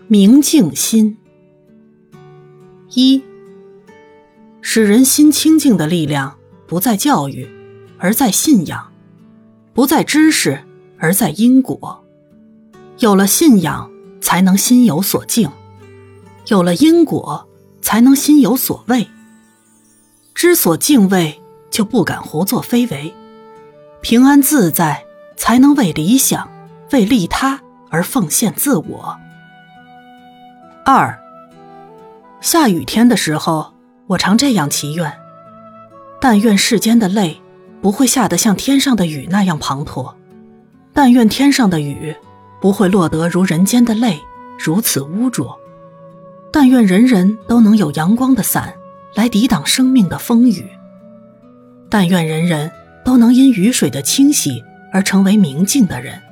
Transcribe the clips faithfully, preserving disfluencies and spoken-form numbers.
明镜心。一，使人心清净的力量不在教育，而在信仰；不在知识，而在因果。有了信仰，才能心有所敬；有了因果，才能心有所畏。知所敬畏，就不敢胡作非为；平安自在，才能为理想、为利他而奉献自我。二，下雨天的时候，我常这样祈愿：但愿世间的泪不会下得像天上的雨那样滂沱，但愿天上的雨不会落得如人间的泪如此污浊，但愿人人都能有阳光的伞来抵挡生命的风雨，但愿人人都能因雨水的清洗而成为明净的人。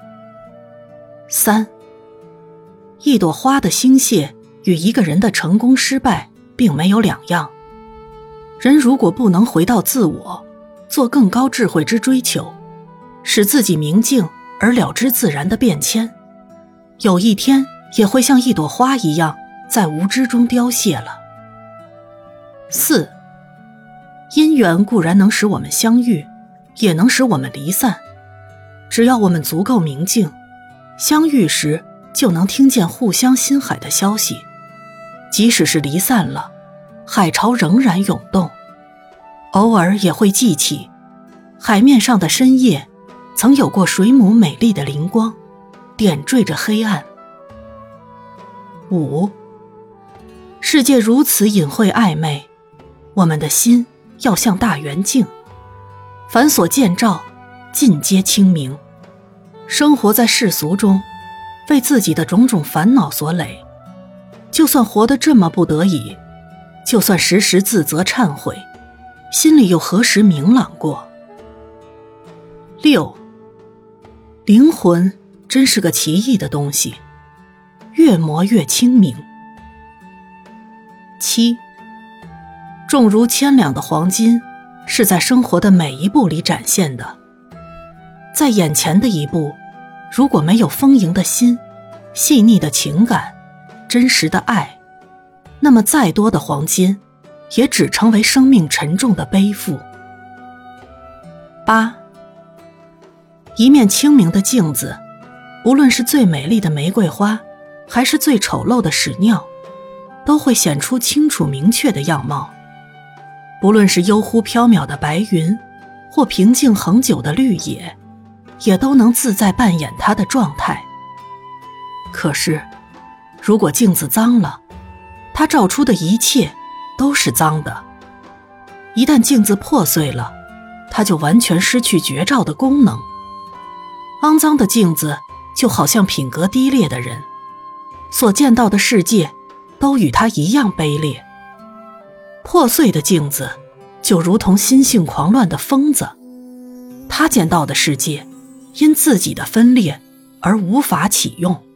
三，一朵花的兴谢与一个人的成功失败并没有两样。人如果不能回到自我，做更高智慧之追求，使自己明净而了知自然的变迁，有一天也会像一朵花一样在无知中凋谢了。四，因缘固然能使我们相遇，也能使我们离散，只要我们足够明净，相遇时就能听见互相心海的消息，即使是离散了，海潮仍然涌动，偶尔也会记起海面上的深夜曾有过水母美丽的灵光，点缀着黑暗。五，世界如此隐晦暧昧，我们的心要像大圆镜，凡所见照，尽皆清明。生活在世俗中，为自己的种种烦恼所累，就算活得这么不得已，就算时时自责忏悔，心里又何时明朗过？六，灵魂真是个奇异的东西，越磨越清明。七，重如千两的黄金是在生活的每一步里展现的，在眼前的一步，如果没有丰盈的心、细腻的情感、真实的爱，那么再多的黄金也只成为生命沉重的背负。八，一面清明的镜子，无论是最美丽的玫瑰花，还是最丑陋的屎尿，都会显出清楚明确的样貌。不论是悠忽缥缈的白云，或平静恒久的绿野，也都能自在扮演它的状态。可是如果镜子脏了，它照出的一切都是脏的；一旦镜子破碎了，它就完全失去觉照的功能。肮脏的镜子就好像品格低劣的人，所见到的世界都与他一样卑劣。破碎的镜子就如同心性狂乱的疯子，他见到的世界因自己的分裂而无法启用。